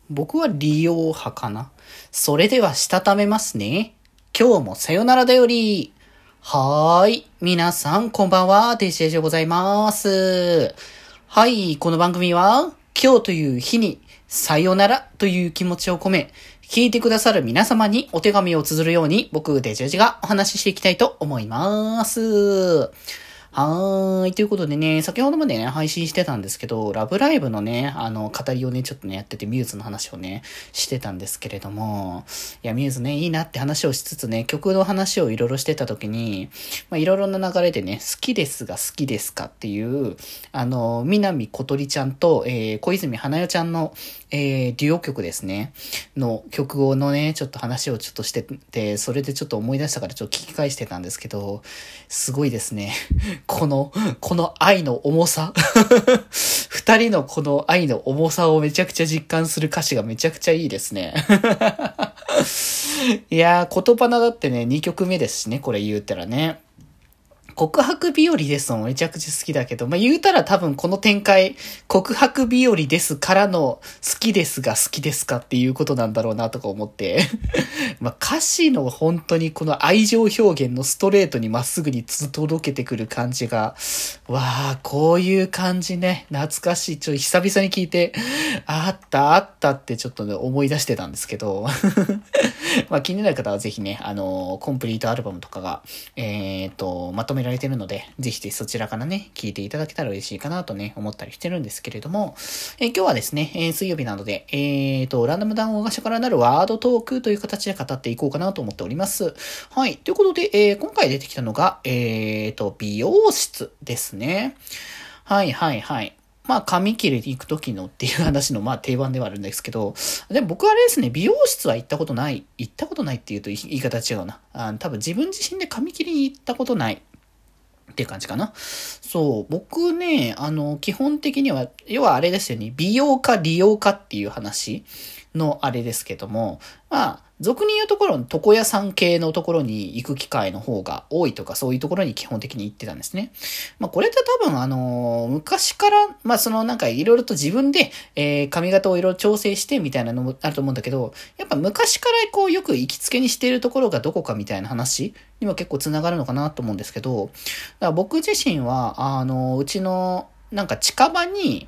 僕は利用派かな。それではしたためますね。今日もさよならだより。はーい。皆さんこんばんは。デジェジでございます。はい。この番組は今日という日にさよならという気持ちを込め、聞いてくださる皆様にお手紙を綴るように僕デジェジがお話ししていきたいと思います。はーい。ということでね、先ほどまでね、配信してたんですけど、ラブライブのね、語りをね、ちょっとね、やってて、ミューズの話をね、してたんですけれども、いや、ミューズね、いいなって話をしつつね、曲の話をいろいろしてた時に、いろいろな流れでね、好きですが好きですかっていう、南小鳥ちゃんと、小泉花代ちゃんの、デュオ曲ですね、の曲のね、ちょっと話をちょっとしてて、それでちょっと思い出したからちょっと聞き返してたんですけど、すごいですね。この愛の重さ二人のこの愛の重さをめちゃくちゃ実感する歌詞がめちゃくちゃいいですね。いやー、言葉なだってね、2曲目ですしね、これ言うたらね。告白日和ですもめちゃくちゃ好きだけど、言うたら多分この展開、告白日和ですからの好きですが好きですかっていうことなんだろうなとか思って。歌詞の本当にこの愛情表現のストレートにまっすぐに届けてくる感じが、わー、こういう感じね、懐かしい。ちょっと久々に聞いて、あったってちょっとね、思い出してたんですけど。気になる方はぜひね、コンプリートアルバムとかが、まとめられてるので、ぜひそちらからね、聞いていただけたら嬉しいかなとね、思ったりしてるんですけれども、今日はですね、水曜日なので、ランダム談合が書からなるワードトークという形で語っていこうかなと思っております。はい。ということで、今回出てきたのが、美容室ですね。はい。髪切りに行くときのっていう話の定番ではあるんですけど、でも僕はあれですね、美容室は行ったことないっていうと言い方違うな。多分自分自身で髪切りに行ったことないっていう感じかな。そう、僕ね、基本的には、要はあれですよね、美容か利用かっていう話のあれですけども、俗に言うところの床屋さん系のところに行く機会の方が多いとか、そういうところに基本的に行ってたんですね。これって多分昔から、いろいろと自分で、髪型をいろいろ調整してみたいなのもあると思うんだけど、やっぱ昔からこうよく行きつけにしているところがどこかみたいな話にも結構つながるのかなと思うんですけど、だから僕自身は、うちの、近場に、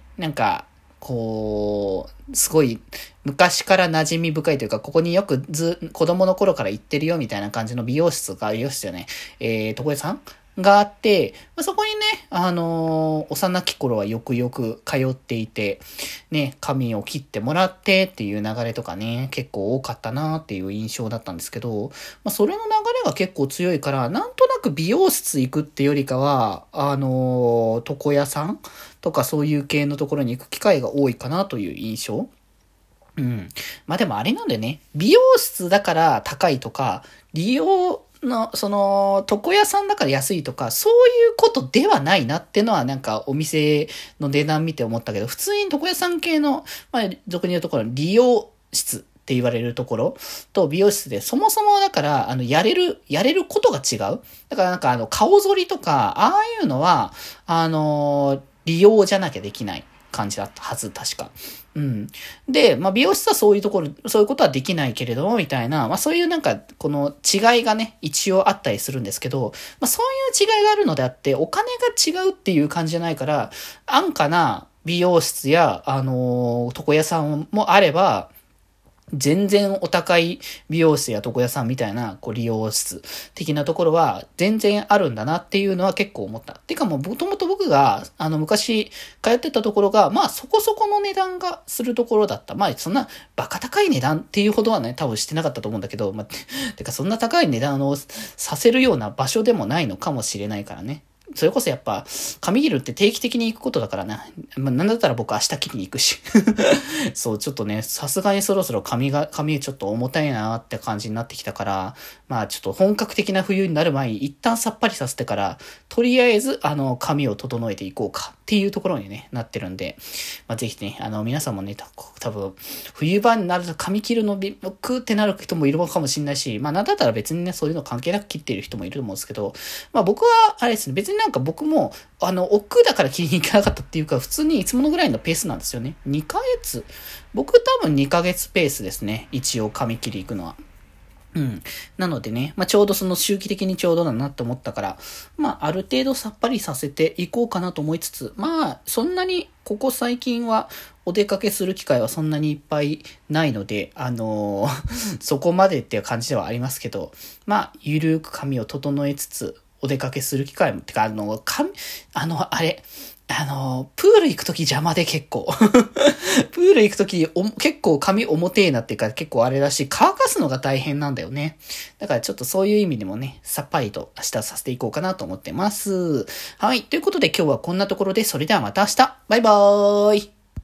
すごい、昔から馴染み深いというか、ここによく子供の頃から行ってるよみたいな感じの美容室じゃない、床屋さんがあって、そこにね、幼き頃はよく通っていて、ね、髪を切ってもらってっていう流れとかね、結構多かったなっていう印象だったんですけど、それの流れが結構強いから、なんとなく美容室行くってよりかは、床屋さんとかそういう系のところに行く機会が多いかなという印象。うん。でもあれなんだよね。美容室だから高いとか、利用の、床屋さんだから安いとか、そういうことではないなってのはお店の値段見て思ったけど、普通に床屋さん系の、俗に言うところの利用室って言われるところと美容室で、そもそもだから、やれることが違う。だから顔剃りとか、ああいうのは、利用じゃなきゃできない感じだったはず、確か。うん。で、美容室はそういうことはできないけれども、みたいな、そういうこの違いがね、一応あったりするんですけど、そういう違いがあるのであって、お金が違うっていう感じじゃないから、安価な美容室や、床屋さんもあれば、全然お高い美容室や床屋さんみたいな、理容室的なところは全然あるんだなっていうのは結構思った。てかもともと僕が、昔通ってたところが、そこそこの値段がするところだった。そんなバカ高い値段っていうほどはね、多分してなかったと思うんだけど、てかそんな高い値段をさせるような場所でもないのかもしれないからね。それこそやっぱ、髪切るって定期的に行くことだからな。なんだったら僕明日切りに行くし。そう、ちょっとね、さすがにそろそろ髪ちょっと重たいなって感じになってきたから、ちょっと本格的な冬になる前に一旦さっぱりさせてから、とりあえず、髪を整えていこうかっていうところにね、なってるんで、ぜひね、皆さんもね、多分、 冬場になると髪切るのクーってなる人もいるかもしれないし、まあなんだったら別にね、そういうの関係なく切っている人もいると思うんですけど、まあ僕は、あれですね、別になんか僕も、億劫だから切りに行かなかったっていうか、普通にいつものぐらいのペースなんですよね。2ヶ月僕多分2ヶ月ペースですね。一応髪切り行くのは。うん。なのでね、まあ、ちょうどその周期的にちょうどだなって思ったから、まあ、ある程度さっぱりさせていこうかなと思いつつ、まあ、そんなに、ここ最近は、お出かけする機会はそんなにいっぱいないので、そこまでっていう感じではありますけど、まあ、ゆるーく髪を整えつつ、お出かけする機会も、てか、あれ、プール行くとき邪魔で結構。プール行くとき結構髪重てえなっていうか結構あれだし、乾かすのが大変なんだよね。だからちょっとそういう意味でもね、さっぱりと明日させていこうかなと思ってます。はい。ということで今日はこんなところで、それではまた明日。バイバーイ。